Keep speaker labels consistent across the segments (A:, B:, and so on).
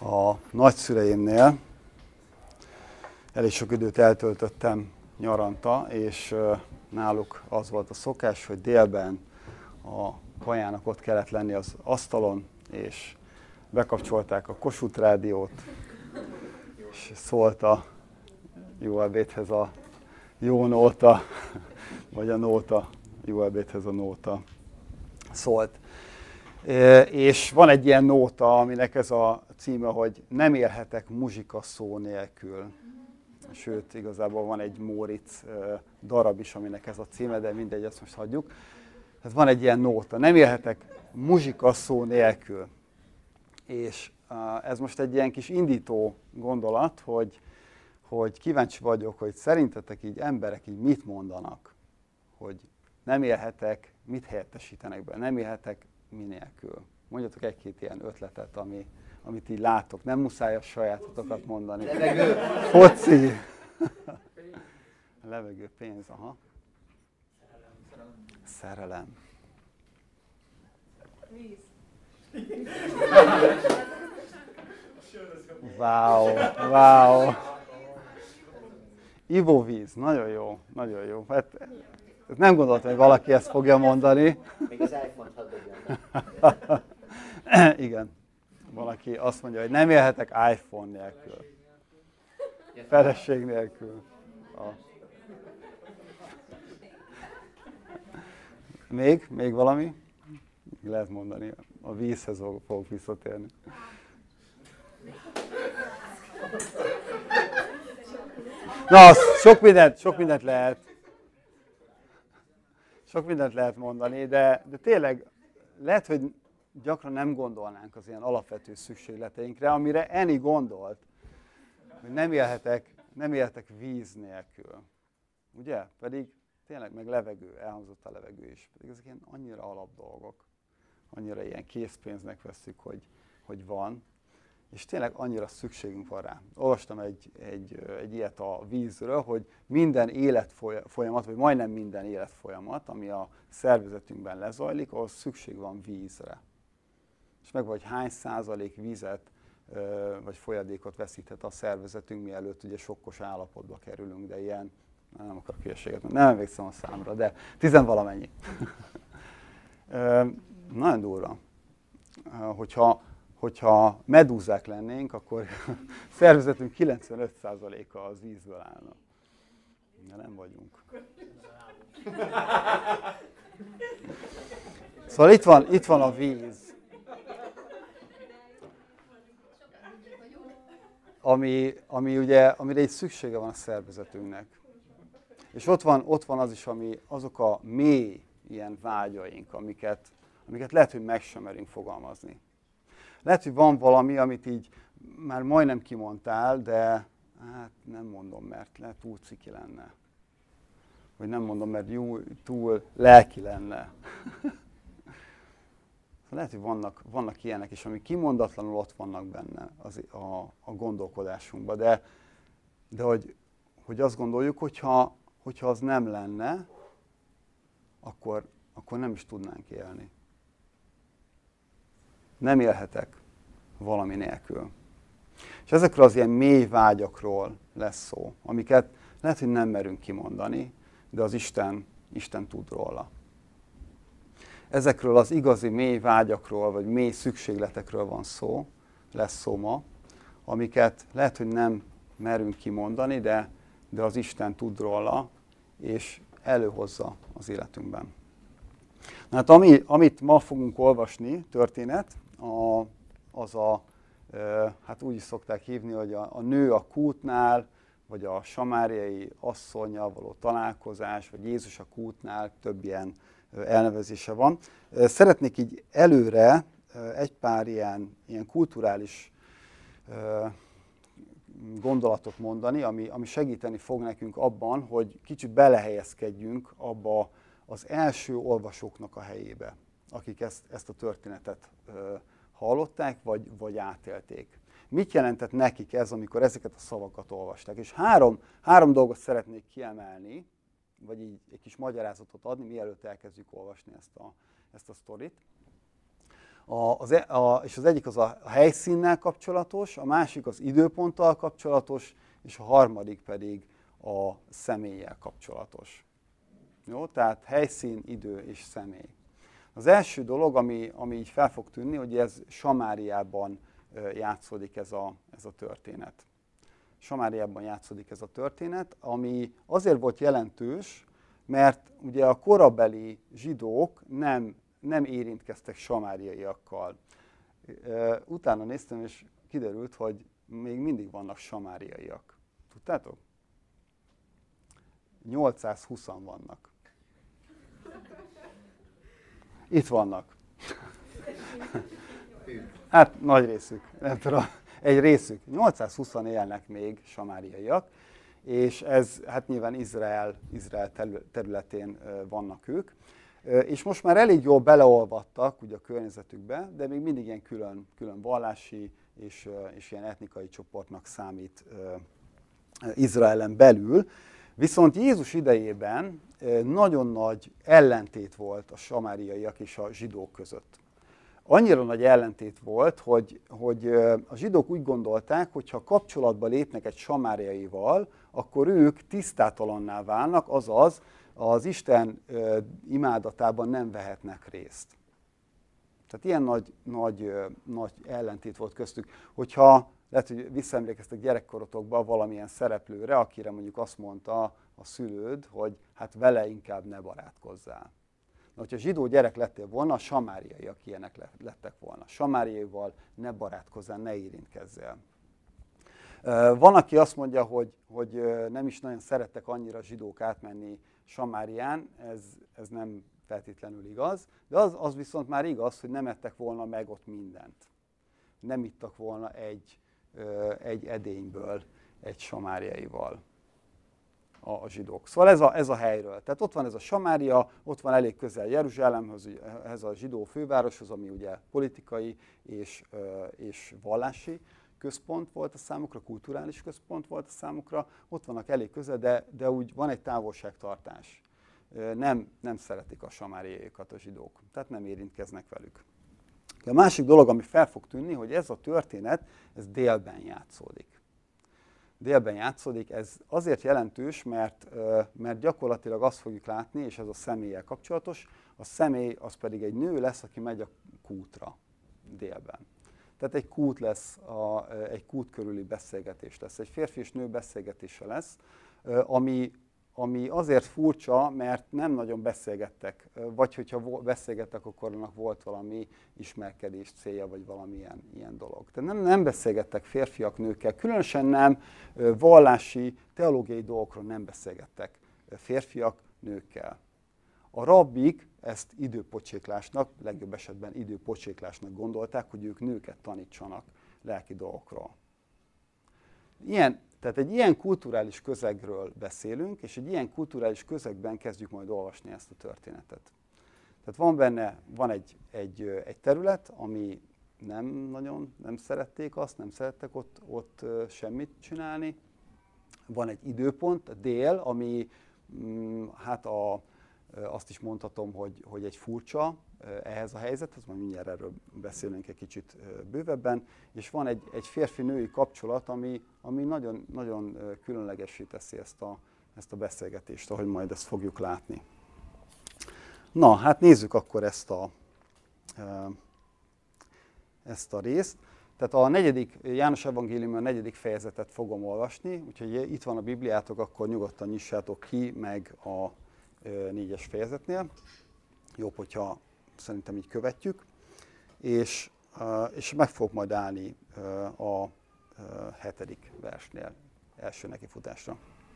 A: a nagyszüleimnél. Elég sok időt eltöltöttem nyaranta, és náluk az volt a szokás, hogy délben a kajának ott kellett lenni az asztalon, és bekapcsolták a Kossuth rádiót, és szólt a jó ebédhez a jó nóta, vagy a nóta, jó ebédhez a nóta szólt. És van egy ilyen nóta, aminek ez a címe, hogy nem élhetek muzsika szó nélkül. Sőt, igazából van egy Móricz darab is, aminek ez a címe, de mindegy, ezt most hagyjuk. Tehát van egy ilyen nóta, nem élhetek muzsika szó nélkül. És ez most egy ilyen kis indító gondolat, hogy kíváncsi vagyok, hogy szerintetek így emberek így mit mondanak, hogy nem élhetek, mit helyettesítenek be, nem élhetek mi nélkül. Mondjatok egy-két ilyen ötletet, amit így látok. Nem muszáj a sajátotokat mondani.
B: Levegő.
A: Foci. Levegő, pénz, aha. Szerelem.
C: Víz.
A: Wow. Ivóvíz, nagyon jó, nagyon jó. Hát, nem gondoltam, hogy valaki ezt fogja mondani.
B: Még az iPhone-t hadd dobjam.
A: Igen. Valaki azt mondja, hogy nem élhetek iPhone nélkül. Feleség nélkül. Még valami? Lehet mondani. A vízhez fogok visszatérni. Na, sok mindent lehet. Sok mindent lehet mondani, de tényleg lehet, hogy gyakran nem gondolnánk az ilyen alapvető szükségleteinkre, amire Eni gondolt, hogy nem élhetek víz nélkül. Ugye? Pedig tényleg meg levegő, elhangzott a levegő is. Pedig ezek ilyen annyira alap dolgok, annyira ilyen készpénznek vesszük, hogy van, és tényleg annyira szükségünk van rá. Olvastam egy ilyet a vízről, hogy minden életfolyamat, vagy majdnem minden életfolyamat, ami a szervezetünkben lezajlik, ahhoz szükség van vízre. És meg vagy hány százalék vizet vagy folyadékot veszíthet a szervezetünk, mielőtt ugye sokkos állapotba kerülünk, de ilyen, nem akarok hülyeséget mondani, nem emlékszem a számra, de 10-valamennyi. Nagyon durva. Hogyha medúzák lennénk, akkor szervezetünk 95%-a az vízből állna. De nem vagyunk. Szóval itt van a víz. Amire egy szüksége van a szervezetünknek. És ott van az is, azok a mély ilyen vágyaink, amiket lehet, hogy meg sem merünk fogalmazni. Lehet, hogy van valami, amit így már majdnem kimondtál, de hát nem mondom, mert lehet túl ciki lenne. Vagy nem mondom, mert túl lelki lenne. Lehet, hogy vannak ilyenek is, amik kimondatlanul ott vannak benne a gondolkodásunkban, de hogy azt gondoljuk, hogyha az nem lenne, akkor nem is tudnánk élni. Nem élhetek valami nélkül. És ezekről az ilyen mély vágyakról lesz szó, amiket lehet, hogy nem merünk kimondani, de az Isten tud róla. Ezekről az igazi mély vágyakról, vagy mély szükségletekről lesz szó ma, amiket lehet, hogy nem merünk kimondani, de az Isten tud róla, és előhozza az életünkben. Na hát amit ma fogunk olvasni, történet, hát úgy is szokták hívni, hogy a nő a kútnál, vagy a samáriai asszonnyal való találkozás, vagy Jézus a kútnál, több ilyen elnevezése van. Szeretnék így előre egy pár ilyen kulturális gondolatot mondani, ami segíteni fog nekünk abban, hogy kicsit belehelyezkedjünk abba az első olvasóknak a helyébe, akik ezt a történetet hallották, vagy átélték. Mit jelentett nekik ez, amikor ezeket a szavakat olvasták? És három dolgot szeretnék kiemelni, vagy így egy kis magyarázatot adni, mielőtt elkezdjük olvasni ezt a sztorit. És az egyik az a helyszínnel kapcsolatos, a másik az időponttal kapcsolatos, és a harmadik pedig a személlyel kapcsolatos. Jó? Tehát helyszín, idő és személy. Az első dolog, ami így fel fog tűnni, hogy ez Samáriában játszódik ez a történet. Samáriában játszódik ez a történet, ami azért volt jelentős, mert ugye a korabeli zsidók nem érintkeztek samáriaiakkal. Utána néztem, és kiderült, hogy még mindig vannak samáriaiak. Tudtátok? 820-an vannak. Itt vannak. Hát nagy részük, nem tudom, egy részük. 820-an élnek még samáriaiak, és ez hát nyilván Izrael területén vannak ők. És most már elég jól beleolvadtak ugye a környezetükbe, de még mindig ilyen külön vallási és ilyen etnikai csoportnak számít Izraelen belül. Viszont Jézus idejében nagyon nagy ellentét volt a samáriaiak és a zsidók között. Annyira nagy ellentét volt, hogy a zsidók úgy gondolták, hogy ha kapcsolatba lépnek egy samáriaival, akkor ők tisztátalanná válnak, azaz az Isten imádatában nem vehetnek részt. Tehát ilyen nagy ellentét volt köztük. Hogyha lehet, hogy visszaemlékeztek gyerekkorotokban valamilyen szereplőre, akire mondjuk azt mondta a szülőd, hogy hát vele inkább ne barátkozzál. Na, hogyha zsidó gyerek lettél volna, a samáriaiak ilyenek lettek volna. Samáriaival ne barátkozzál, ne érintkezzél. Van, aki azt mondja, hogy nem is nagyon szerettek annyira zsidók átmenni Samárián, ez nem feltétlenül igaz, de az viszont már igaz, hogy nem ettek volna meg ott mindent. Nem ittak volna egy edényből egy samáriaival a zsidók. Szóval ez a helyről. Tehát ott van ez a Samária, ott van elég közel Jeruzsálemhez, ez a zsidó fővároshoz, ami ugye politikai és vallási központ volt a számukra, kulturális központ volt a számukra, ott vannak elég közel, de úgy van egy távolságtartás. Nem szeretik a samáriaiakat a zsidók, tehát nem érintkeznek velük. A másik dolog, ami fel fog tűnni, hogy ez a történet, ez délben játszódik. Délben játszódik, ez azért jelentős, mert gyakorlatilag azt fogjuk látni, és ez a személlyel kapcsolatos, a személy az pedig egy nő lesz, aki megy a kútra délben. Tehát egy kút lesz, egy kút körüli beszélgetés lesz, egy férfi és nő beszélgetése lesz, ami azért furcsa, mert nem nagyon beszélgettek, vagy hogyha beszélgettek, akkor annak volt valami ismerkedés célja, vagy valami ilyen dolog. Tehát nem beszélgettek férfiak nőkkel, különösen nem vallási, teológiai dolgokról nem beszélgettek férfiak nőkkel. A rabbik ezt időpocséklásnak, legjobb esetben időpocséklásnak gondolták, hogy ők nőket tanítsanak lelki dolgokról. Tehát egy ilyen kulturális közegről beszélünk, és egy ilyen kulturális közegben kezdjük majd olvasni ezt a történetet. Tehát van egy terület, ami nem szerették azt, nem szerettek ott semmit csinálni. Van egy időpont, a dél, ami hát azt is mondhatom, hogy egy furcsa ehhez a helyzethez, majd mindjárt erről beszélünk egy kicsit bővebben, és van egy férfi-női kapcsolat, ami nagyon, nagyon különlegessé teszi ezt a beszélgetést, ahogy majd ezt fogjuk látni. Na, hát nézzük akkor ezt a részt. Tehát a János evangélium a 4. fejezetet fogom olvasni, úgyhogy itt van a Bibliátok, akkor nyugodtan nyissátok ki, meg a 4. fejezetnél. Jobb, hogyha szerintem így követjük. És meg fog majd állni a 7. versnél, első nekifutásra.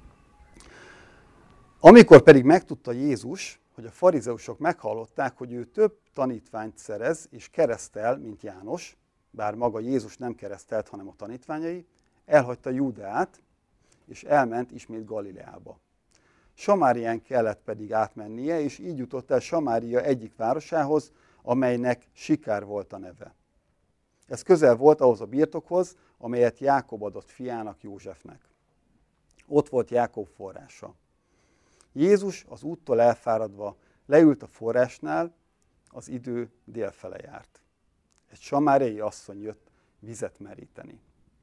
A: Amikor pedig megtudta Jézus, hogy a farizeusok meghallották, hogy ő több tanítványt szerez és keresztel, mint János, bár maga Jézus nem keresztelt, hanem a tanítványai, elhagyta Júdeát, és elment ismét Galileába. Samárián kellett pedig átmennie, és így jutott el Samária egyik városához, amelynek Sikár volt a neve. Ez közel volt ahhoz a birtokhoz, amelyet Jákob adott fiának, Józsefnek. Ott volt Jákob forrása. Jézus az úttól elfáradva leült a forrásnál, az idő délfele járt. Egy samáriai asszony jött vizet meríteni.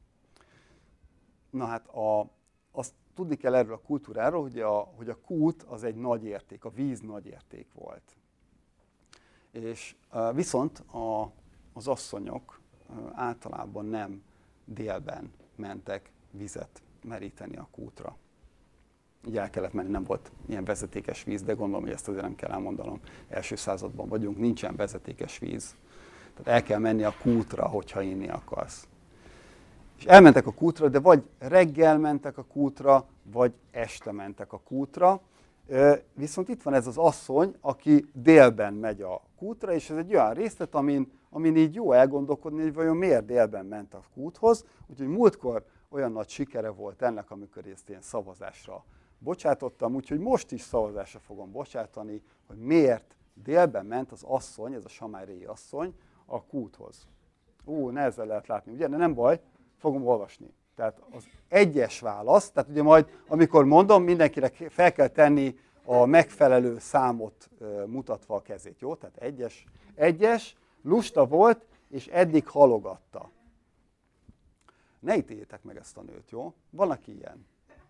A: Na hát azt tudni kell erről a kultúráról, hogy a kút az egy nagy érték, a víz nagy érték volt. És viszont az asszonyok általában nem délben mentek vizet meríteni a kútra. Így el kellett menni, nem volt ilyen vezetékes víz, de gondolom, hogy ezt azért nem kell elmondanom. Első században vagyunk, nincsen vezetékes víz. Tehát el kell menni a kútra, hogyha inni akarsz. És elmentek a kútra, de vagy reggel mentek a kútra, vagy este mentek a kútra. Viszont itt van ez az asszony, aki délben megy a kútra, és ez egy olyan részlet, amin így jó elgondolkodni, hogy vajon miért délben ment a kúthoz. Úgyhogy múltkor olyan nagy sikere volt ennek, amikor ezt ilyen szavazásra bocsátottam, úgyhogy most is szavazásra fogom bocsátani, hogy miért délben ment az asszony, ez a samáriai asszony a kúthoz. Nehezen lehet látni, ugye? De nem baj, fogom olvasni. Tehát az egyes válasz, tehát ugye majd, amikor mondom, mindenkire fel kell tenni a megfelelő számot mutatva a kezét, jó? Tehát egyes, lusta volt, és eddig halogatta. Ne ítéljétek meg ezt a nőt, jó? Van, aki ilyen.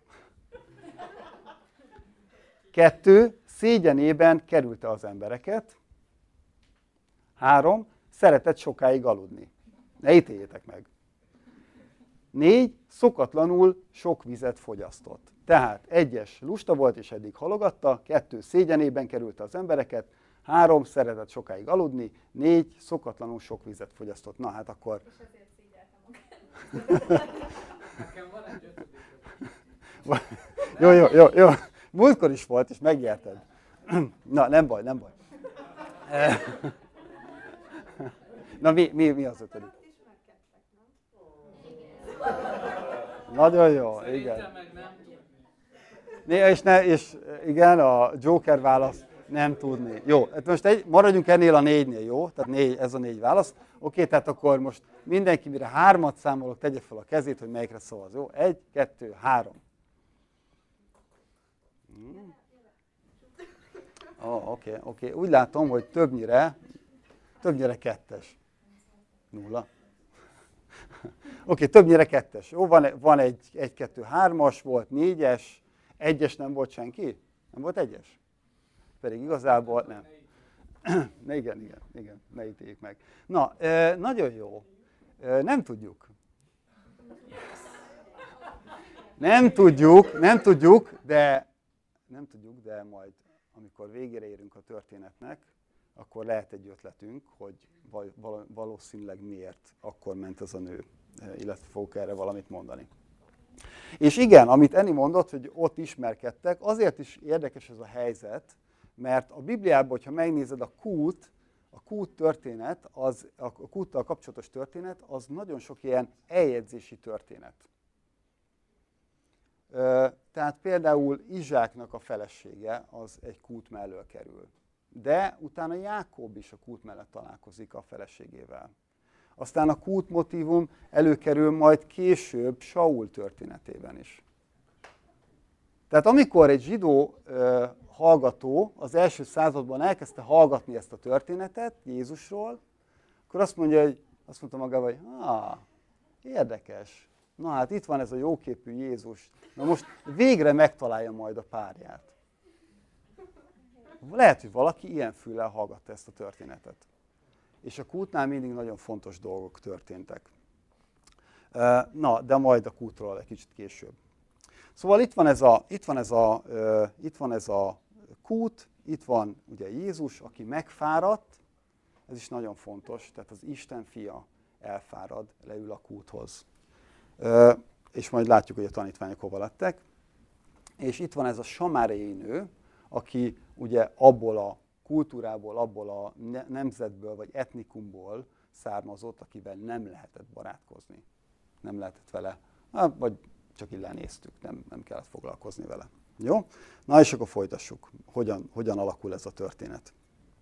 A: 2, szégyenében kerülte az embereket. 3, szeretett sokáig aludni. Ne ítéljétek meg. 4, szokatlanul sok vizet fogyasztott. Tehát 1, lusta volt és eddig halogatta, 2, szégyenében kerülte az embereket, 3, szeretett sokáig aludni, 4, szokatlanul sok vizet fogyasztott. Na hát akkor...
B: És azért szégyeltem magát.
C: Nekem van egy ötödik.
A: Jó. Múltkor is volt, és megérted. Na, nem baj. Na, mi az 5? Nagyon jó, igen.
C: Szerintem meg nem tudni.
A: És igen, a Joker válasz nem tudni. Jó, hát most maradjunk ennél a 4-nél, jó? Tehát ez a 4 válasz. Oké, tehát akkor most mindenki, mire 3-at számolok, tegye fel a kezét, hogy melyikre szavaz. Jó? 1, 2, 3. Oké. Úgy látom, hogy többnyire 2-es. 0. Oké, többnyire 2-es. Jó, van egy 1-2-3-as, volt 4-es, 1-es nem volt senki? Nem volt 1-es? Pedig igazából nem. Igen, ne ítéljük meg. Na, nagyon jó. Nem tudjuk. Nem tudjuk, de majd amikor végére érünk a történetnek, akkor lehet egy ötletünk, hogy valószínűleg miért akkor ment ez a nő, illetve fogok erre valamit mondani. És igen, amit Eni mondott, hogy ott ismerkedtek, azért is érdekes ez a helyzet, mert a Bibliában, hogyha megnézed a kút történet, a kúttal kapcsolatos történet, az nagyon sok ilyen eljegyzési történet. Tehát például Izsáknak a felesége az egy kút mellől kerül. De utána Jákob is a kút mellett találkozik a feleségével. Aztán a kút motívum előkerül majd később Saul történetében is. Tehát amikor egy zsidó hallgató az első században elkezdte hallgatni ezt a történetet Jézusról, akkor azt mondta magával, hogy érdekes. Na hát itt van ez a jóképű Jézus. Na most végre megtalálja majd a párját. Lehet, hogy valaki ilyen füllel hallgatta ezt a történetet. És a kútnál mindig nagyon fontos dolgok történtek. Na, de majd a kútról egy kicsit később. Szóval itt van ez a kút, itt van ugye Jézus, aki megfáradt, ez is nagyon fontos, tehát az Isten fia elfárad, leül a kúthoz. És majd látjuk, hogy a tanítványok hova lettek. És itt van ez a samáriai nő, aki ugye abból a kultúrából, abból a nemzetből vagy etnikumból származott, akivel nem lehetett barátkozni. Nem lehetett vele, vagy csak így lenéztük, nem kellett foglalkozni vele. Jó? Na és akkor folytassuk, hogyan alakul ez a történet.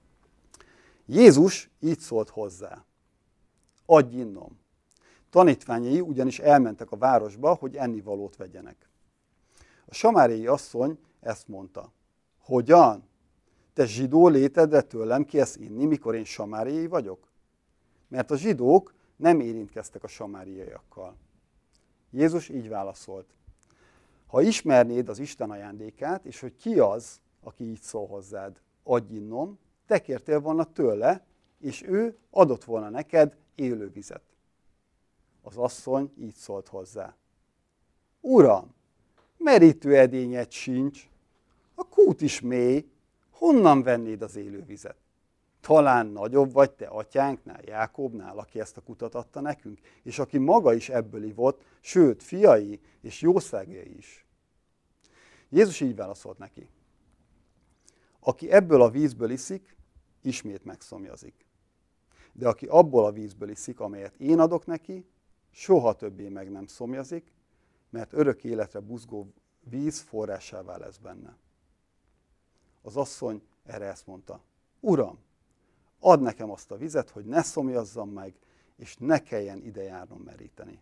A: Jézus így szólt hozzá: adj innom. Tanítványai ugyanis elmentek a városba, hogy ennivalót vegyenek. A samáriai asszony ezt mondta: hogyan? Te zsidó létedre tőlem kérsz inni, mikor én samáriai vagyok? mert a zsidók nem érintkeztek a samáriaiakkal. Jézus így válaszolt. Ha ismernéd az Isten ajándékát, és hogy ki az, aki így szól hozzád, adj innom, te kértél volna tőle, és ő adott volna neked élő vizet. Az asszony így szólt hozzá. Uram, merítő edényed sincs, a kút is mély, honnan vennéd az élő vizet? Talán nagyobb vagy te atyánknál, Jákobnál, aki ezt a kutat adta nekünk, és aki maga is ebből ivott, sőt, fiai és jószágjai is. Jézus így válaszolt neki. Aki ebből a vízből iszik, ismét megszomjazik. De aki abból a vízből iszik, amelyet én adok neki, soha többé meg nem szomjazik, mert örök életre buzgó víz forrásává lesz benne. Az asszony erre ezt mondta. Uram, add nekem azt a vizet, hogy ne szomjazzam meg, és ne kelljen ide járnom meríteni.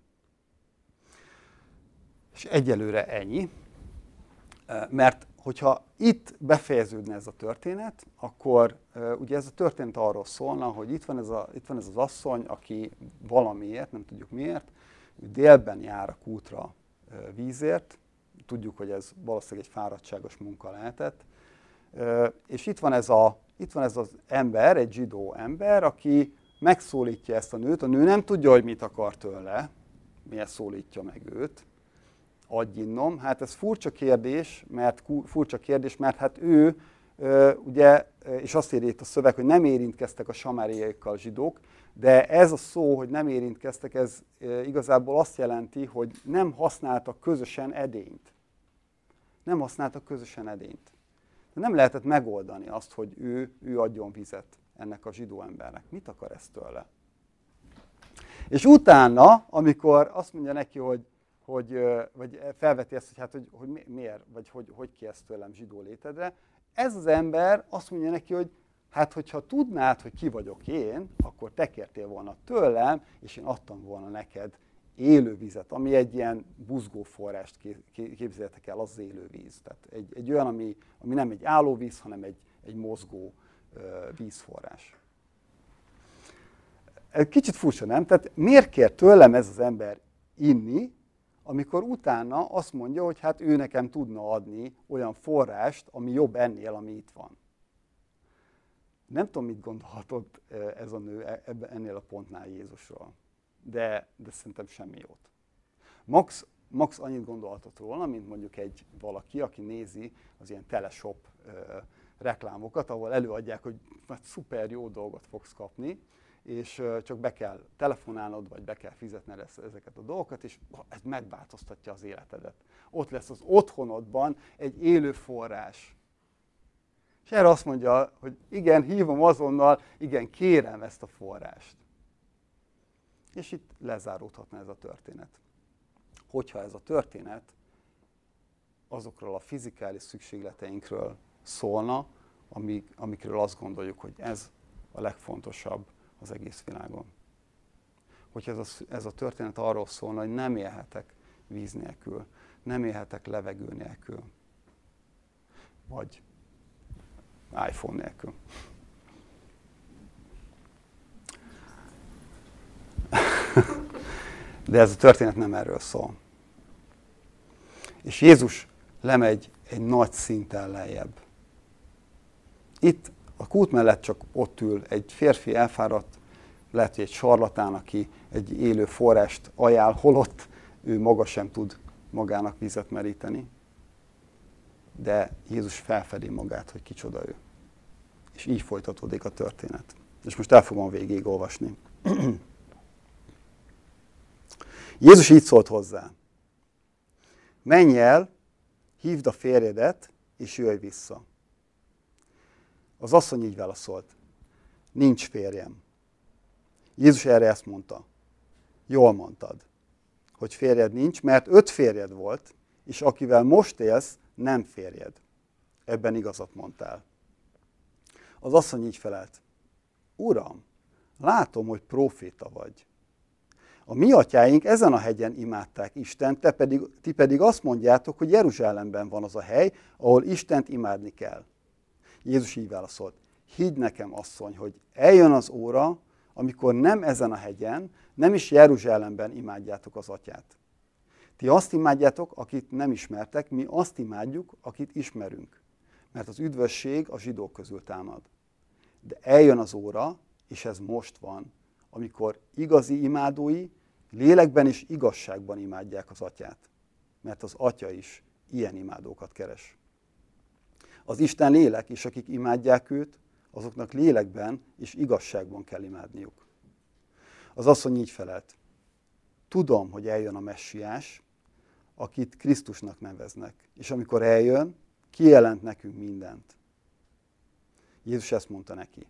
A: És egyelőre ennyi, mert hogyha itt befejeződne ez a történet, akkor ugye ez a történet arról szólna, hogy itt van ez az asszony, aki valamiért, nem tudjuk miért, délben jár a kútra vízért, tudjuk, hogy ez valószínűleg egy fáradtságos munka lehetett, és itt van ez az ember, egy zsidó ember, aki megszólítja ezt a nőt, a nő nem tudja, hogy mit akar tőle, miért szólítja meg őt, adj innom. Hát ez furcsa kérdés, mert hát ő, ugye, és azt írja itt a szöveg, hogy nem érintkeztek a samáriaiakkal zsidók, de ez a szó, hogy nem érintkeztek, ez igazából azt jelenti, hogy nem használtak közösen edényt. Nem használtak közösen edényt. De nem lehetett megoldani azt, hogy ő adjon vizet ennek a zsidó embernek. Mit akar ez tőle? És utána, amikor azt mondja neki, vagy felveti ezt, hogy, hát, hogy miért, vagy hogy kérsz tőlem zsidó létedre, ez az ember azt mondja neki, hogy hát, hogyha tudnád, hogy ki vagyok én, akkor te kértél volna tőlem, és én adtam volna neked élő vizet, ami egy ilyen buzgó forrást képzeljétek el, az élő víz. Tehát egy olyan, ami nem egy állóvíz, hanem egy mozgó vízforrás. Kicsit furcsa, nem? Tehát miért kér tőlem ez az ember inni, amikor utána azt mondja, hogy hát ő nekem tudna adni olyan forrást, ami jobb ennél, ami itt van. Nem tudom, mit gondolhatott ez a nő ennél a pontnál Jézusról, de szerintem semmi jót. Max annyit gondolhatott róla, mint mondjuk egy valaki, aki nézi az ilyen teleshop reklámokat, ahol előadják, hogy szuper jó dolgot fogsz kapni, és csak be kell telefonálnod, vagy be kell fizetned ezeket a dolgokat, és ez megváltoztatja az életedet. Ott lesz az otthonodban egy élő forrás. És erre azt mondja, hogy igen, hívom azonnal, igen, kérem ezt a forrást. És itt lezáródhatna ez a történet. Hogyha ez a történet azokról a fizikális szükségleteinkről szólna, amikről azt gondoljuk, hogy ez a legfontosabb az egész világon. Hogyha ez a történet arról szólna, hogy nem élhetek víz nélkül, nem élhetek levegő nélkül, vagy iPhone nélkül. De ez a történet nem erről szól. És Jézus lemegy egy nagy szinten lejjebb. Itt a kút mellett csak ott ül egy férfi elfáradt, lehet, hogy egy sarlatán, aki egy élő forrást ajánl, holott ő maga sem tud magának vizet meríteni. De Jézus felfedi magát, hogy kicsoda ő. És így folytatódik a történet. És most el fogom végig olvasni. Jézus így szólt hozzá. Menj el, hívd a férjedet, és jöjj vissza. Az asszony így válaszolt. Nincs férjem. Jézus erre ezt mondta. Jól mondtad, hogy férjed nincs, mert 5 férjed volt, és akivel most élsz, nem férjed. Ebben igazat mondtál. Az asszony így felelt. Uram, látom, hogy próféta vagy. A mi atyáink ezen a hegyen imádták Istent, ti pedig azt mondjátok, hogy Jeruzsálemben van az a hely, ahol Istent imádni kell. Jézus így válaszolt. Higgy nekem, asszony, hogy eljön az óra, amikor nem ezen a hegyen, nem is Jeruzsálemben imádjátok az Atyát. Ti azt imádjátok, akit nem ismertek, mi azt imádjuk, akit ismerünk. Mert az üdvösség a zsidók közül támad. De eljön az óra, és ez most van, amikor igazi imádói lélekben és igazságban imádják az Atyát. Mert az Atya is ilyen imádókat keres. Az Isten lélek, és akik imádják őt, azoknak lélekben és igazságban kell imádniuk. Az asszony így felelt. Tudom, hogy eljön a Messiás, akit Krisztusnak neveznek, és amikor eljön, kijelent nekünk mindent. Jézus ezt mondta neki.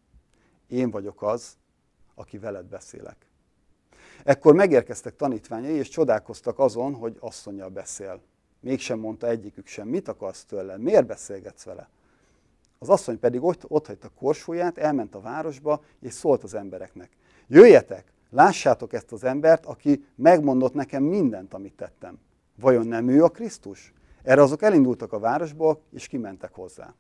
A: Én vagyok az, aki veled beszélek. Ekkor megérkeztek tanítványai, és csodálkoztak azon, hogy asszonnyal beszél. Mégsem mondta egyikük sem, mit akarsz tőle, miért beszélgetsz vele? Az asszony pedig ott hagyta korsóját, elment a városba, és szólt az embereknek. Jöjjetek, lássátok ezt az embert, aki megmondott nekem mindent, amit tettem. Vajon nem ő a Krisztus? Erre azok elindultak a városból, és kimentek hozzá.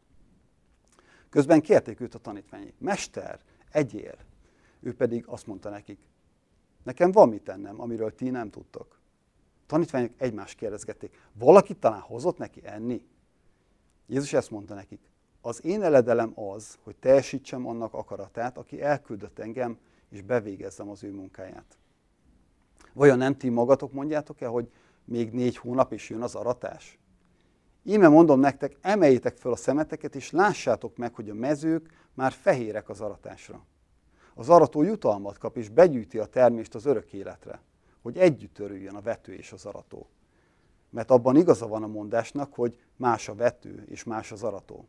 A: Közben kérték őt a tanítványai. Mester, egyél! Ő pedig azt mondta nekik. Nekem van mit tennem, amiről ti nem tudtok. A tanítványok egymást kérdezgették. Valaki talán hozott neki enni? Jézus ezt mondta nekik. Az én eledelem az, hogy teljesítsem annak akaratát, aki elküldött engem, és bevégezzem az ő munkáját. Vajon nem ti magatok mondjátok-e, hogy még 4 hónap is jön az aratás? Íme mondom nektek, emeljétek föl a szemeteket, és lássátok meg, hogy a mezők már fehérek az aratásra. Az arató jutalmat kap, és begyűjti a termést az örök életre, hogy együtt örüljön a vető és az arató. Mert abban igaza van a mondásnak, hogy más a vető, és más az arató.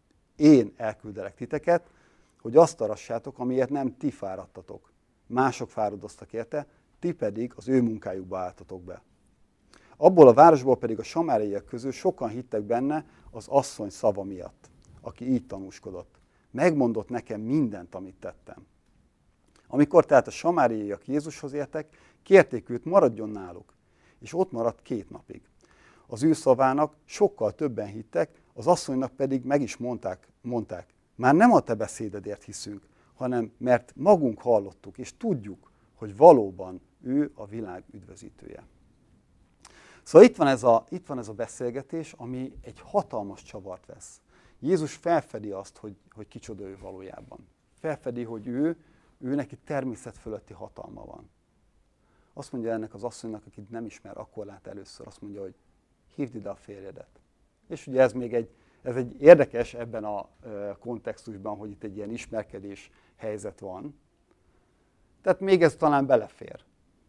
A: Én elküldelek titeket, hogy azt arassátok, amiért nem ti fáradtatok. Mások fáradoztak érte, ti pedig az ő munkájukba álltatok be. Abból a városból pedig a samáriaiak közül sokan hittek benne az asszony szava miatt, aki így tanúskodott. Megmondott nekem mindent, amit tettem. Amikor tehát a samáriaiak Jézushoz értek, kérték őt, maradjon náluk, és ott maradt 2 napig. Az ő szavának sokkal többen hittek, az asszonynak pedig meg is mondták, már nem a te beszédedért hiszünk, hanem mert magunk hallottuk, és tudjuk, hogy valóban ő a világ üdvözítője. Szóval itt van ez a beszélgetés, ami egy hatalmas csavart vesz. Jézus felfedi azt, hogy kicsoda ő valójában. Felfedi, hogy ő neki természet fölötti hatalma van. Azt mondja ennek az asszonynak, akit nem ismer, akkor lát először, azt mondja, hogy hívd ide a férjedet. És ugye ez egy érdekes ebben a kontextusban, hogy itt egy ilyen ismerkedés helyzet van. Tehát még ez talán belefér.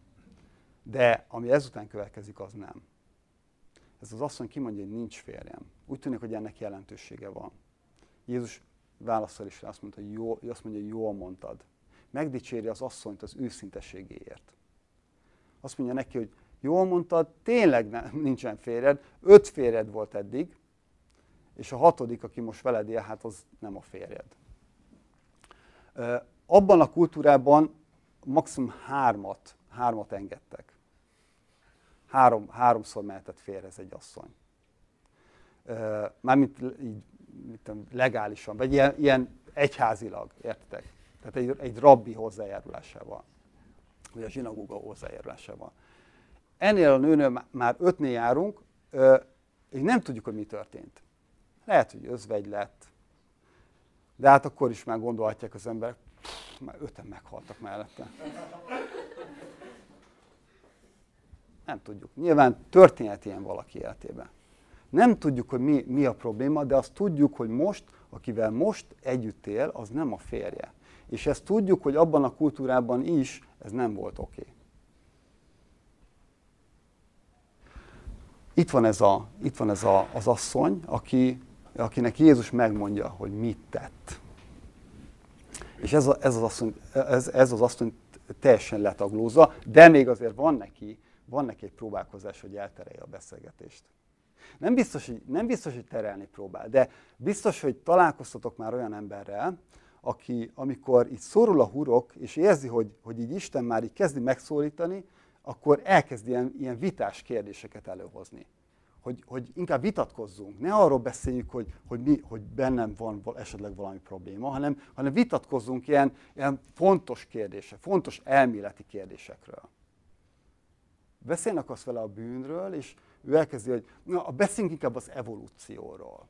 A: De ami ezután következik, az nem. Ez az asszony kimondja, hogy nincs férjem. Úgy tűnik, hogy ennek jelentősége van. Jézus válaszol is rá, azt mondja, hogy jól mondtad. Megdicséri az asszonyt az őszinteségéért. Azt mondja neki, hogy jól mondtad, tényleg nincsen férjed, 5 férjed volt eddig, és a 6., aki most veled él, hát az nem a férjed. Abban a kultúrában maximum 3 engedtek. 3-szor mehetett férjhez egy asszony. Mármint így legálisan, vagy ilyen egyházilag, értitek? Tehát egy rabbi hozzájárulásával, vagy a zsinagóga hozzájárulásával. Ennél a nőnél már 5-nél járunk, és nem tudjuk, hogy mi történt. Lehet, hogy özvegy lett, de hát akkor is már gondolhatják az emberek, már 5-en meghaltak mellette. Nem tudjuk. Nyilván történhet ilyen valaki életében. Nem tudjuk, hogy mi a probléma, de azt tudjuk, hogy most, akivel most együtt él, az nem a férje. És ezt tudjuk, hogy abban a kultúrában is ez nem volt oké. Itt van az asszony, akinek Jézus megmondja, hogy mit tett. És ez az asszony teljesen letaglózza, de még azért van neki egy próbálkozás, hogy elterelje a beszélgetést. Nem biztos, hogy terelni próbál, de biztos, hogy találkoztatok már olyan emberrel, aki, amikor így szorul a hurok, és érzi, hogy így Isten már így kezdi megszólítani, akkor elkezd ilyen vitás kérdéseket előhozni. hogy inkább vitatkozzunk. Ne arról beszéljük, hogy bennem van esetleg valami probléma, hanem vitatkozzunk ilyen fontos kérdések, fontos elméleti kérdésekről. Beszélni akarsz vele a bűnről, és ő elkezdi, hogy beszéljünk inkább az evolúcióról.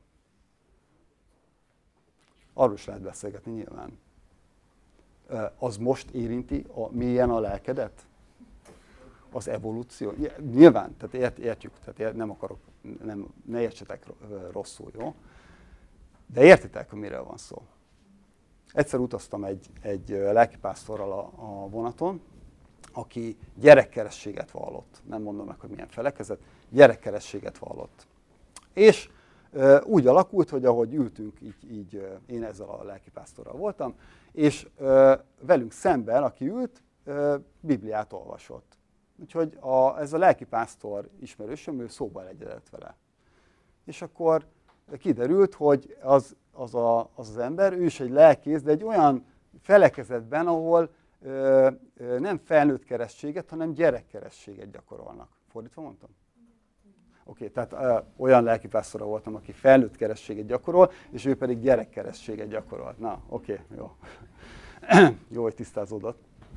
A: Arról is lehet beszélgetni nyilván. Az most érinti mélyen a lelkedet? Az evolúció? Nyilván, tehát értjük, tehát ne értsetek rosszul, jó? De értitek, hogy miről van szó. Egyszer utaztam egy lelkipásztorral a vonaton, aki gyerekkerességet vallott. Nem mondom meg, hogy milyen felekezet, gyerekkerességet vallott. És úgy alakult, hogy ahogy ültünk, így én ezzel a lelkipásztorral voltam, és velünk szemben, aki ült, Bibliát olvasott. Úgyhogy ez a lelkipásztor ismerősöm, ő szóba egyedett vele. És akkor kiderült, hogy az ember, ő is egy lelkész, de egy olyan felekezetben, ahol nem felnőtt kerességet, hanem gyerekkerességet gyakorolnak. Fordítva mondtam? Oké, tehát olyan lelkipásztora voltam, aki felnőtt kerességet gyakorol, és ő pedig gyerekkerességet gyakorolt. Na, oké, jó. Jó, hogy tisztázódott.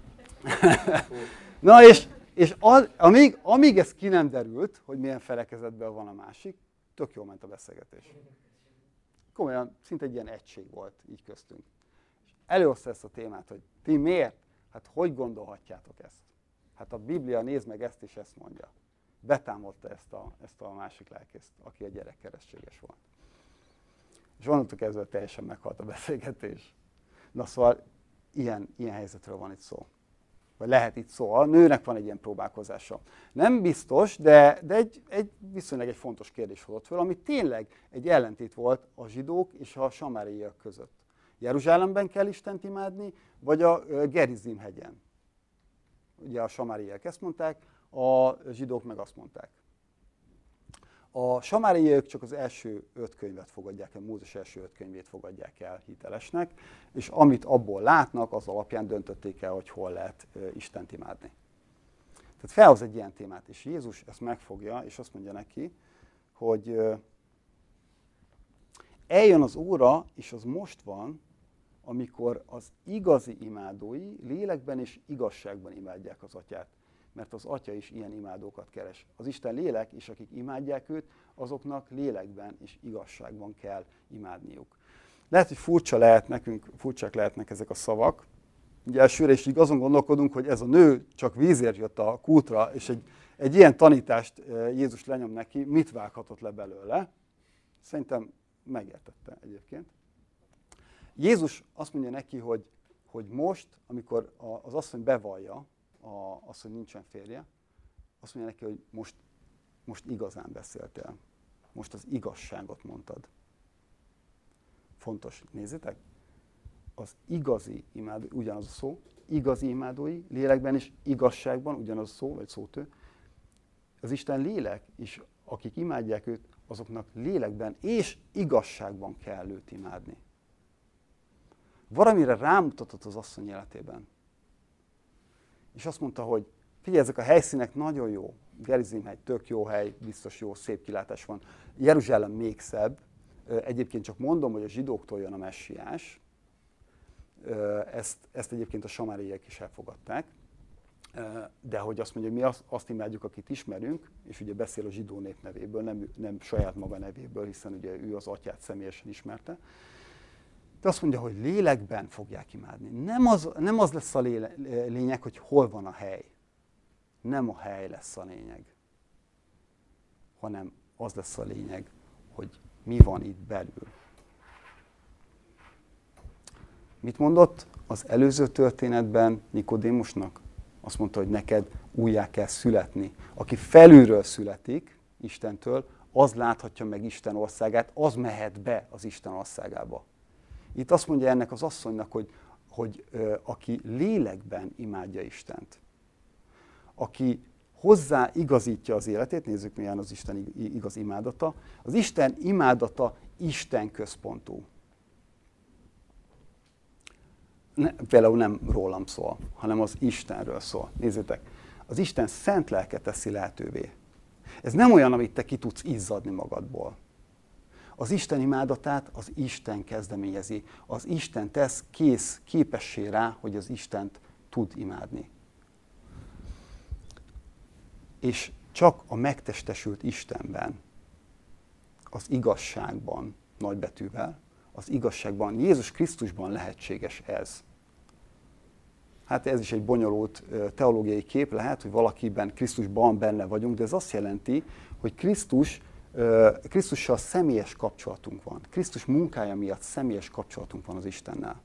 A: Na, és amíg ez ki nem derült, hogy milyen felekezetben van a másik, tök jól ment a beszélgetés. Komolyan, szinte egy ilyen egység volt így köztünk. És előhozta ezt a témát, hogy ti miért? Hát hogy gondolhatjátok ezt? Hát a Biblia nézd meg ezt és ezt mondja. Betámadta ezt a másik lelkészt, aki a gyerekkerességes volt. És onnantól kezdve teljesen meghalt a beszélgetés. Na szóval ilyen helyzetről van itt szó. Vagy lehet itt szó. A nőnek van egy ilyen próbálkozása. Nem biztos, de viszonylag egy fontos kérdés hozott föl, ami tényleg egy ellentét volt a zsidók és a samáriaiak között. Jeruzsálemben kell Istent imádni, vagy a Gerizim hegyen. Ugye a samáriaiak ezt mondták, a zsidók meg azt mondták. A samáriaiak csak az első 5 könyvet fogadják el, Mózes első 5 könyvét fogadják el hitelesnek, és amit abból látnak, az alapján döntötték el, hogy hol lehet Istent imádni. Tehát felhoz egy ilyen témát, és Jézus ezt megfogja, és azt mondja neki, hogy eljön az óra, és az most van, amikor az igazi imádói lélekben és igazságban imádják az Atyát. Mert az Atya is ilyen imádókat keres. Az Isten lélek, és akik imádják őt, azoknak lélekben és igazságban kell imádniuk. Lehet, hogy furcsák lehetnek ezek a szavak. Ugye elsőre is így azon gondolkodunk, hogy ez a nő csak vízért jött a kútra, és egy ilyen tanítást Jézus lenyom neki, mit vághatott le belőle? Szerintem megértette egyébként. Jézus azt mondja neki, hogy most, amikor az asszony bevallja, az, hogy nincsen férje, azt mondja neki, hogy most igazán beszéltél. Most az igazságot mondtad. Fontos, nézzétek, az igazi imádó, ugyanaz a szó, igazi imádói, lélekben és igazságban, ugyanaz a szó, vagy szótő, az Isten lélek, és akik imádják őt, azoknak lélekben és igazságban kell őt imádni. Valamire rámutatott az asszony életében. És azt mondta, hogy figyelj, ezek a helyszínek nagyon jó. Gerizimhegy tök jó hely, biztos jó, szép kilátás van. Jeruzsálem még szebb. Egyébként csak mondom, hogy a zsidóktól jön a messiás. Ezt egyébként a samáriaiak is elfogadták. De hogy azt mondja, hogy mi azt imádjuk, akit ismerünk, és ugye beszél a zsidó nép nevéből, nem saját maga nevéből, hiszen ugye ő az Atyát személyesen ismerte. De azt mondja, hogy lélekben fogják imádni. Nem az lesz a lényeg, hogy hol van a hely. Nem a hely lesz a lényeg, hanem az lesz a lényeg, hogy mi van itt belül. Mit mondott az előző történetben Nikodémusnak? Azt mondta, hogy neked újjá kell születni. Aki felülről születik Istentől, az láthatja meg Isten országát, az mehet be az Isten országába. Itt azt mondja ennek az asszonynak, hogy aki lélekben imádja Istent, aki hozzá igazítja az életét, nézzük milyen az Isten igaz imádata, az Isten imádata Isten központú. Például nem rólam szól, hanem az Istenről szól. Nézzétek, az Isten szent lelke teszi lehetővé. Ez nem olyan, amit te ki tudsz izzadni magadból. Az Isten imádatát az Isten kezdeményezi. Az Isten tesz képessé rá, hogy az Istent tud imádni. És csak a megtestesült Istenben, az igazságban, nagybetűvel, az igazságban, Jézus Krisztusban lehetséges ez. Hát ez is egy bonyolult teológiai kép lehet, hogy valakiben, Krisztusban benne vagyunk, de ez azt jelenti, hogy Krisztussal személyes kapcsolatunk van. Krisztus munkája miatt személyes kapcsolatunk van az Istennel.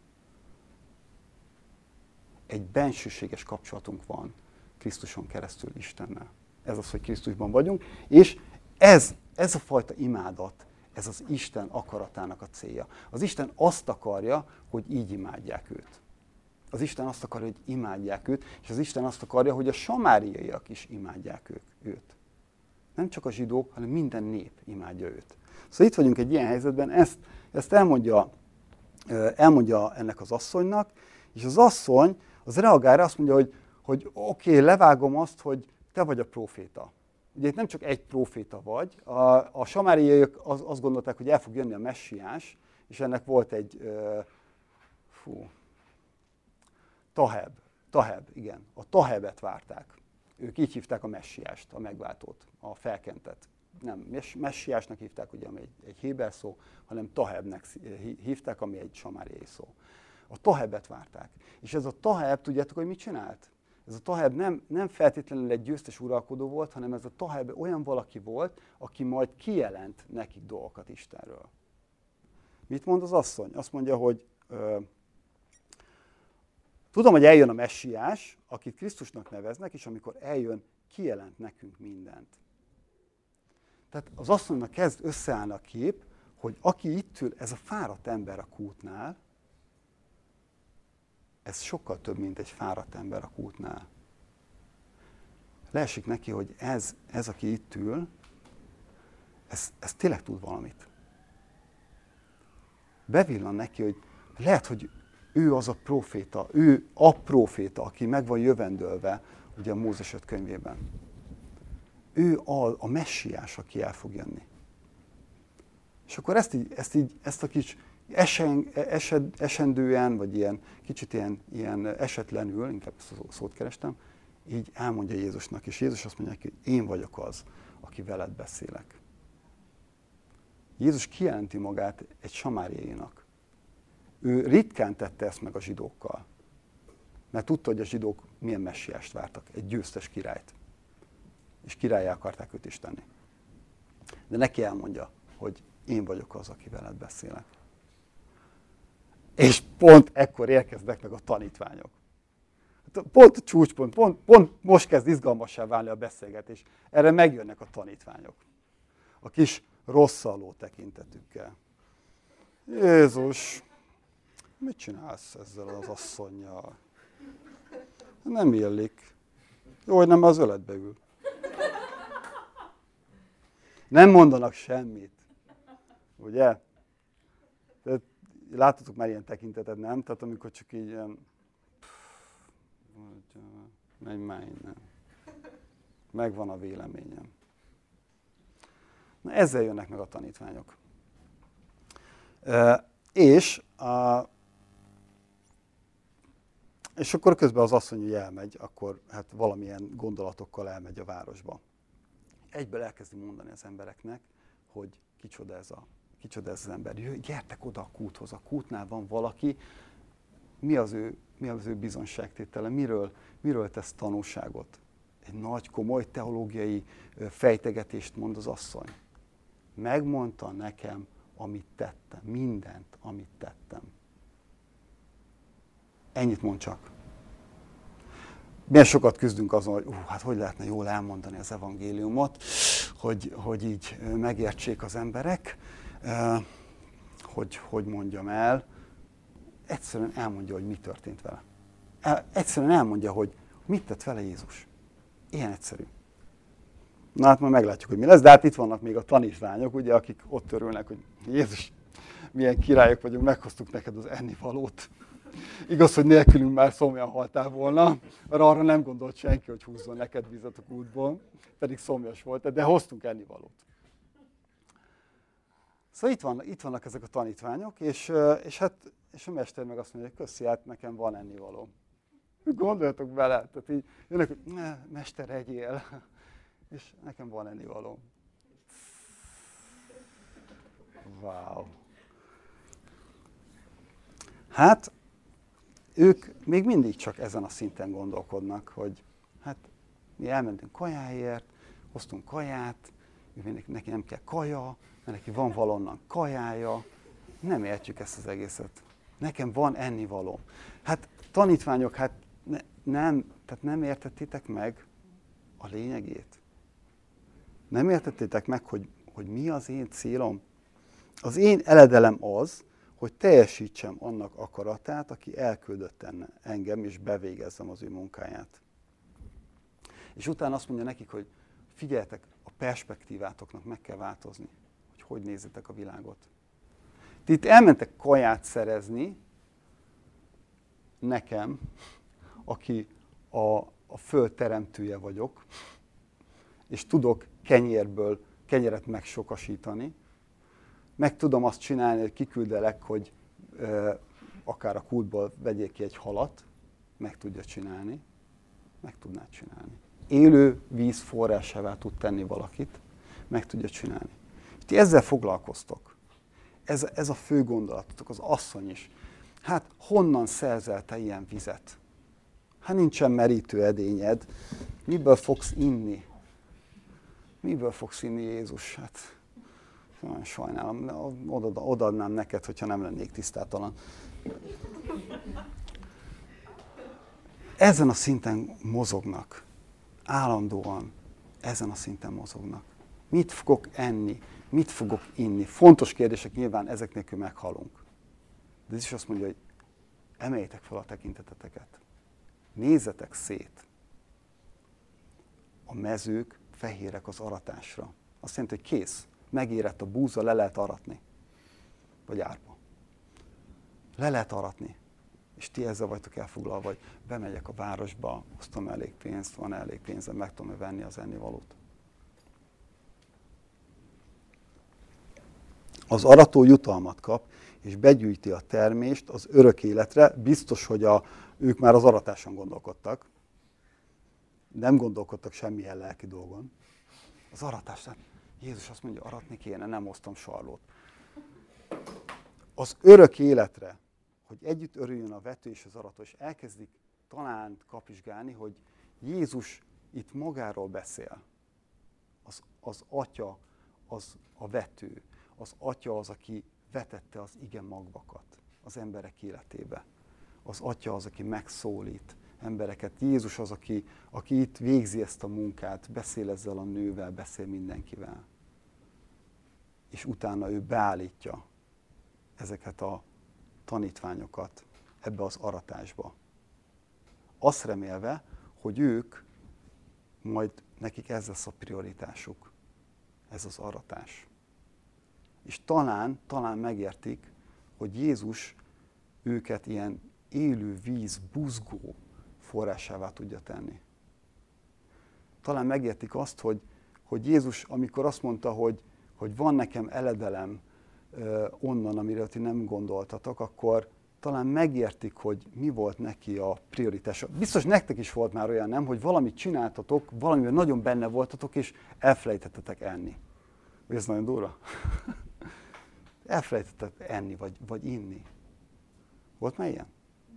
A: Egy bensőséges kapcsolatunk van Krisztuson keresztül Istennel. Ez az, hogy Krisztusban vagyunk, és ez a fajta imádat, ez az Isten akaratának a célja. Az Isten azt akarja, hogy így imádják őt. Az Isten azt akarja, hogy imádják őt, és az Isten azt akarja, hogy a samáriaiak is imádják őt. Nem csak a zsidók, hanem minden nép imádja őt. Szóval itt vagyunk egy ilyen helyzetben, ezt elmondja ennek az asszonynak, és az asszony az reagál rá, azt mondja, hogy oké, levágom azt, hogy te vagy a próféta. Ugye itt nem csak egy próféta vagy, a samáriaiak azt gondolták, hogy el fog jönni a messiás, és ennek volt egy Taheb, igen. A Tahebet várták. Ők így hívták a messiást, a megváltót, a felkentet. Nem messiásnak hívták, ugye, ami egy héber szó, hanem Tahebnek hívták, ami egy samáriai szó. A Tahebet várták. És ez a Taheb, tudjátok, hogy mit csinált? Ez a Taheb nem feltétlenül egy győztes uralkodó volt, hanem ez a Taheb olyan valaki volt, aki majd kijelent nekik dolgokat Istenről. Mit mond az asszony? Azt mondja, hogy tudom, hogy eljön a messiás, akit Krisztusnak neveznek, és amikor eljön, kijelent nekünk mindent. Tehát az asszonynak kezd összeállni a kép, hogy aki itt ül, ez a fáradt ember a kútnál, ez sokkal több, mint egy fáradt ember a kútnál. Leesik neki, hogy ez aki itt ül, ez tényleg tud valamit. Bevillan neki, hogy lehet, hogy ő az a próféta, ő a próféta, aki meg van jövendölve ugye a Mózes 5 könyvében. Ő a messiás, aki el fog jönni. És akkor ezt a kis esendően, vagy kicsit ilyen esetlenül, inkább ezt a szót kerestem, így elmondja Jézusnak, és Jézus azt mondja neki, hogy én vagyok az, aki veled beszélek. Jézus kijelenti magát egy samáriainak. Ő ritkán tette ezt meg a zsidókkal, mert tudta, hogy a zsidók milyen messiást vártak, egy győztes királyt. És királlyá akarták őt is tenni. De neki elmondja, hogy én vagyok az, aki veled beszélek. És pont ekkor érkeznek meg a tanítványok. Pont a csúcspont, pont most kezd izgalmassá válni a beszélgetés. Erre megjönnek a tanítványok. A kis rosszalló tekintetükkel. Jézus, mit csinálsz ezzel az asszonnyal? Nem illik. Jó, hogy nem az öletbe ül. Nem mondanak semmit. Ugye? Tehát, láttatok már ilyen tekintetet, nem? Tehát amikor csak így ilyen... Menj már innen. Megvan a véleményem. Na ezzel jönnek meg a tanítványok. És akkor közben az asszony, hogy elmegy, akkor hát valamilyen gondolatokkal elmegy a városba. Egyből elkezdi mondani az embereknek, hogy kicsoda ez az ember. Gyertek oda a kúthoz, a kútnál van valaki, mi az ő bizonságtétele, miről tesz tanúságot. Egy nagy, komoly teológiai fejtegetést mond az asszony. Megmondta nekem, amit tettem, mindent, amit tettem. Ennyit mond csak. Milyen sokat küzdünk azon, hogy hogy lehetne jól elmondani az evangéliumot, hogy így megértsék az emberek, hogy mondjam el. Egyszerűen elmondja, hogy mi történt vele. Egyszerűen elmondja, hogy mit tett vele Jézus. Ilyen egyszerű. Na hát majd meglátjuk, hogy mi lesz, de hát itt vannak még a tanítványok, ugye, akik ott örülnek, hogy Jézus, milyen királyok vagyunk, meghoztuk neked az ennivalót. Igaz, hogy nélkülünk már szomjan haltál volna, mert arra nem gondolt senki, hogy húzzon neked vizet a kútból, pedig szomjas volt, de hoztunk ennivalót. Szóval itt vannak ezek a tanítványok, és a mester meg azt mondja, hogy köszi, hát nekem van ennivaló. Gondoljatok bele, tehát így jönnek, hogy mester, egyél, és nekem van ennivaló. Wow. Hát, ők még mindig csak ezen a szinten gondolkodnak, hogy hát mi elmentünk kajáért, hoztunk kaját, neki nem kell kaja, mert neki van valonnan kajája. Nem értjük ezt az egészet. Nekem van ennivaló. Hát tanítványok, hát nem értettétek meg a lényegét. Nem értettétek meg, hogy mi az én célom. Az én eledelem az, hogy teljesítsem annak akaratát, aki elküldött engem, és bevégezzem az ő munkáját. És utána azt mondja nekik, hogy figyeljetek, a perspektívátoknak meg kell változni, hogy nézitek a világot. Ti itt elmentek kaját szerezni nekem, aki a föld teremtője vagyok, és tudok kenyeret megsokasítani, meg tudom azt csinálni, hogy kiküldelek, hogy akár a kútból vegyék ki egy halat, meg tudja csinálni, meg tudnád csinálni. Élő víz forrásává tud tenni valakit, meg tudja csinálni. Ti ezzel foglalkoztok. Ez a fő gondolatotok, az asszony is. Hát honnan szerzel te ilyen vizet? Hát nincsen merítő edényed. Miből fogsz inni? Miből fogsz inni, Jézus? Hát nagyon sajnálom, odaadnám neked, hogyha nem lennék tisztátalan. Ezen a szinten mozognak. Állandóan ezen a szinten mozognak. Mit fogok enni? Mit fogok inni? Fontos kérdések, nyilván ezek nélkül meghalunk. De ez is azt mondja, hogy emeljétek fel a tekinteteteket. Nézzetek szét. A mezők fehérek az aratásra. Azt jelenti, hogy kész. Megérett a búza, le lehet aratni. Vagy árpa. Le lehet aratni. És ti ezzel vagytok elfoglalva, hogy bemegyek a városba, hoztam elég pénzt, van elég pénzem, meg tudom venni az ennivalót. Az arató jutalmat kap, és begyűjti a termést az örök életre. Biztos, hogy ők már az aratáson gondolkodtak. Nem gondolkodtak semmilyen lelki dolgon. Az aratás, tehát Jézus azt mondja, aratni kéne, nem hoztam sarlót. Az örök életre, hogy együtt örüljön a vető és az arató, és elkezdik talán kapizsgálni, hogy Jézus itt magáról beszél. Az atya az a vető. Az atya az, aki vetette az ige magvakat az emberek életébe. Az atya az, aki megszólít embereket. Jézus az, aki itt végzi ezt a munkát, beszél ezzel a nővel, beszél mindenkivel. És utána ő beállítja ezeket a tanítványokat ebbe az aratásba. Azt remélve, hogy ők majd nekik ez lesz a prioritásuk, ez az aratás. És talán megértik, hogy Jézus őket ilyen élő víz, buzgó forrásává tudja tenni. Talán megértik azt, hogy Jézus, amikor azt mondta, hogy van nekem eledelem onnan, amiről ti nem gondoltatok, akkor talán megértik, hogy mi volt neki a prioritása. Biztos nektek is volt már olyan, nem, hogy valamit csináltatok, valamivel nagyon benne voltatok, és elfelejtettetek enni. Vagy ez nagyon durva? Elfelejtettetek enni, vagy inni. Volt már ilyen?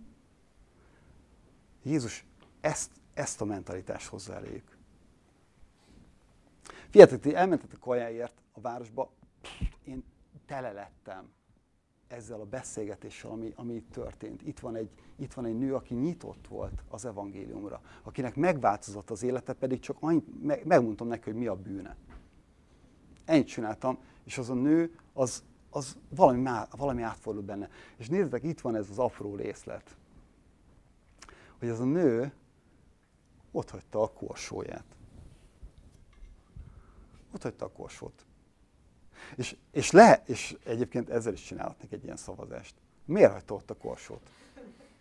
A: Jézus ezt a mentalitást hozza eléjük. Figyeljetek, ti elmentetek kajáért a városba, én tele lettem ezzel a beszélgetéssel, ami itt történt. Itt van egy nő, aki nyitott volt az evangéliumra, akinek megváltozott az élete, pedig csak annyit, megmondtam neki, hogy mi a bűne. Ennyit csináltam, és az a nő, az valami átfordult benne. És nézzétek, itt van ez az apró részlet, hogy ez a nő otthagyta a korsóját. Otthagyta a korsót. És egyébként ezzel is csinálhatnak egy ilyen szavazást. Miért hagyta ott a korsót?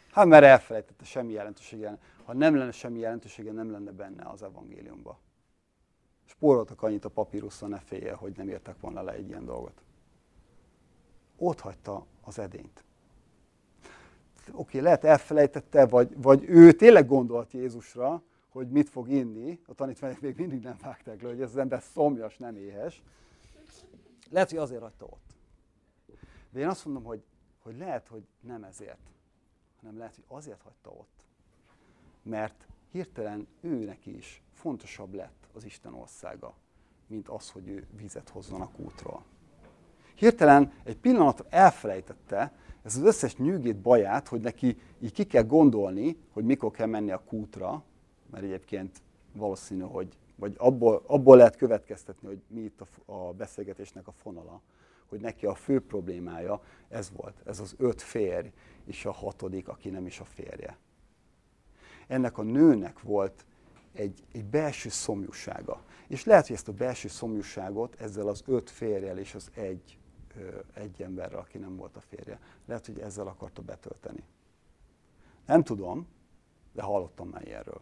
A: Hát mert elfelejtette, semmi jelentősége. Ha nem lenne semmi jelentősége, nem lenne benne az evangéliumban. Spóroltak annyit a papíruszon, ne félje, hogy nem értek volna le egy ilyen dolgot. Ott hagyta az edényt. Oké, lehet elfelejtette, vagy ő tényleg gondolt Jézusra, hogy mit fog inni. A tanítványok még mindig nem vágták le, hogy ez az ember szomjas, nem éhes. Lehet, hogy azért hagyta ott. De én azt mondom, hogy lehet, hogy nem ezért, hanem lehet, hogy azért hagyta ott. Mert hirtelen ő neki is fontosabb lett az Isten országa, mint az, hogy ő vizet hozzon a kútról. Hirtelen egy pillanatra elfelejtette ez az összes nyűgét, baját, hogy neki így ki kell gondolni, hogy mikor kell menni a kútra, mert egyébként valószínű, vagy abból lehet következtetni, hogy mi itt a beszélgetésnek a fonala, hogy neki a fő problémája ez volt, ez az 5 férj, és a 6., aki nem is a férje. Ennek a nőnek volt egy belső szomjúsága. És lehet, hogy ezt a belső szomjúságot ezzel az 5 férjel és az egy emberrel, aki nem volt a férje, lehet, hogy ezzel akarta betölteni. Nem tudom, de hallottam már ilyenről.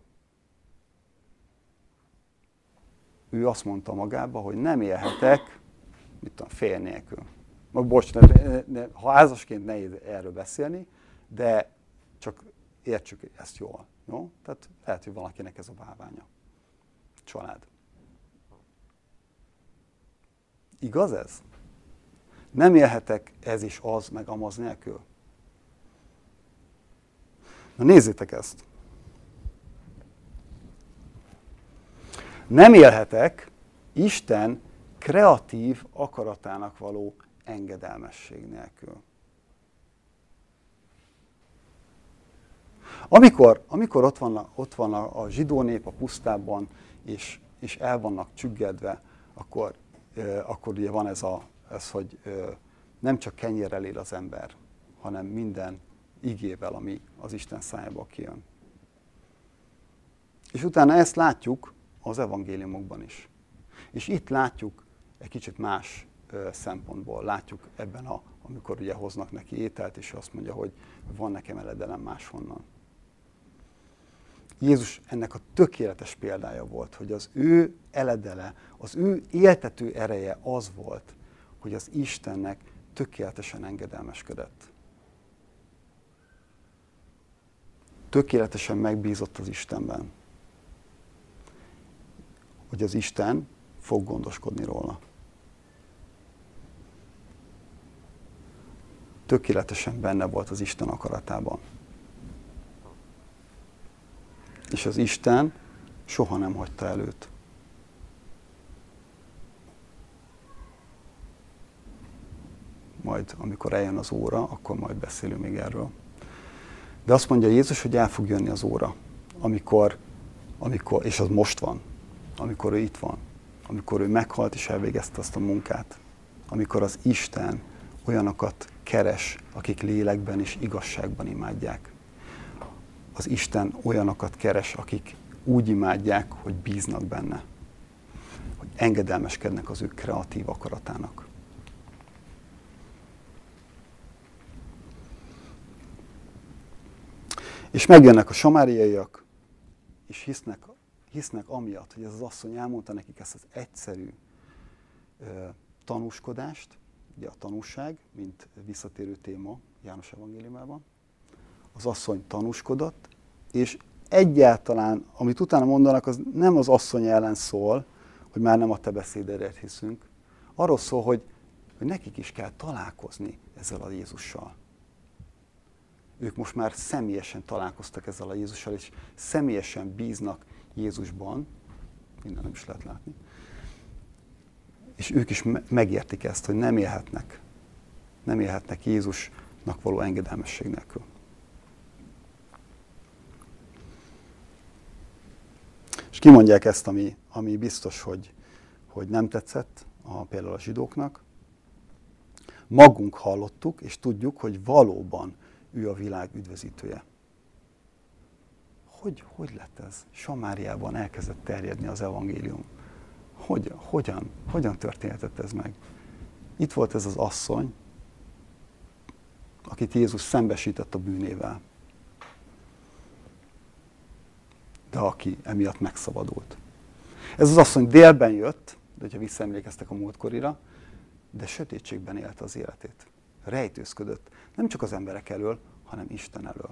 A: Ő azt mondta magába, hogy nem élhetek, férj nélkül. Bocs, ha házasként nehéz erről beszélni, de csak értsük ezt jól. Jó? Tehát lehet, hogy valakinek ez a bálványa. Család. Igaz ez? Nem élhetek ez is az, meg amaz nélkül. Na nézzétek ezt. Nem élhetek Isten kreatív akaratának való engedelmesség nélkül. Amikor ott van a zsidó nép a pusztában, és el vannak csüggedve, akkor ugye van ez, hogy nem csak kenyérrel él az ember, hanem minden igével, ami az Isten szájából kijön. És utána ezt látjuk az evangéliumokban is. És itt látjuk egy kicsit más szempontból. Látjuk ebben, amikor ugye hoznak neki ételt, és azt mondja, hogy van nekem eledelem máshonnan. Jézus ennek a tökéletes példája volt, hogy az ő eledele, az ő éltető ereje az volt, hogy az Istennek tökéletesen engedelmeskedett. Tökéletesen megbízott az Istenben, hogy az Isten fog gondoskodni róla. Tökéletesen benne volt az Isten akaratában. És az Isten soha nem hagyta el őt. Majd, amikor eljön az óra, akkor majd beszélünk még erről. De azt mondja Jézus, hogy el fog jönni az óra, amikor és az most van, amikor ő itt van, amikor ő meghalt és elvégezte azt a munkát, amikor az Isten olyanokat keres, akik lélekben és igazságban imádják. Az Isten olyanokat keres, akik úgy imádják, hogy bíznak benne, hogy engedelmeskednek az ő kreatív akaratának. És megjönnek a samáriaiak, és hisznek amiatt, hogy ez az asszony elmondta nekik ezt az egyszerű tanúskodást, ugye a tanúság, mint visszatérő téma János evangéliumában. Az asszony tanúskodott, és egyáltalán, amit utána mondanak, az nem az asszony ellen szól, hogy már nem a te beszédedért hiszünk. Arról szól, hogy nekik is kell találkozni ezzel a Jézussal. Ők most már személyesen találkoztak ezzel a Jézussal, és személyesen bíznak Jézusban, minden nem is lehet látni, és ők is megértik ezt, hogy nem élhetnek Jézusnak való engedelmesség nélkül. És kimondják ezt, ami biztos, hogy nem tetszett például a zsidóknak. Magunk hallottuk, és tudjuk, hogy valóban ő a világ üdvözítője. Hogy lett ez? Samáriában elkezdett terjedni az evangélium. Hogyan történhetett ez meg? Itt volt ez az asszony, akit Jézus szembesített a bűnével. de aki emiatt megszabadult. Ez az asszony délben jött, de ha visszaemlékeztek a múltkorira, de sötétségben élte az életét. Rejtőzködött, nem csak az emberek elől, hanem Isten elől.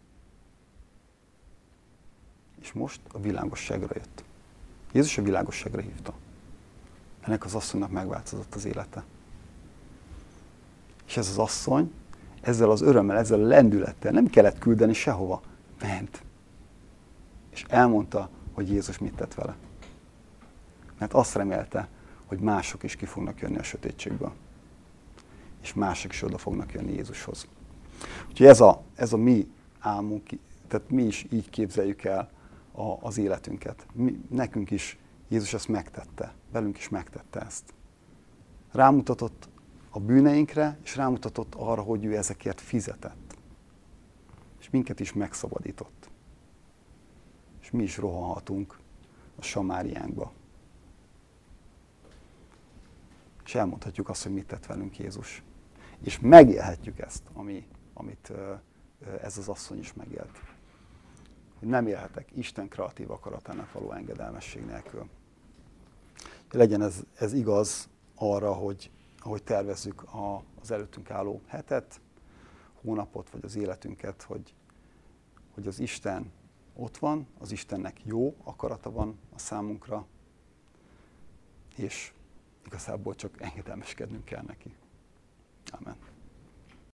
A: És most a világosságra jött. Jézus a világosságra hívta. Ennek az asszonynak megváltozott az élete. És ez az asszony ezzel az örömmel, ezzel a lendülettel nem kellett küldeni sehova. Ment. És elmondta, hogy Jézus mit tett vele. Mert azt remélte, hogy mások is ki fognak jönni a sötétségből. És mások is oda fognak jönni Jézushoz. Úgyhogy ez a mi álmunk, tehát mi is így képzeljük el az életünket. Nekünk is Jézus ezt megtette, velünk is megtette ezt. Rámutatott a bűneinkre, és rámutatott arra, hogy ő ezekért fizetett. És minket is megszabadított. És mi is rohanhatunk a Samáriánkba. És elmondhatjuk azt, hogy mit tett velünk Jézus. És megélhetjük ezt, amit ez az asszony is megélt. Hogy nem élhetek Isten kreatív akaratának való engedelmesség nélkül. Legyen ez igaz arra, hogy ahogy tervezzük az előttünk álló hetet, hónapot, vagy az életünket, hogy az Isten ott van, az Istennek jó akarata van a számunkra, és igazából csak engedelmeskednünk kell neki. Amen.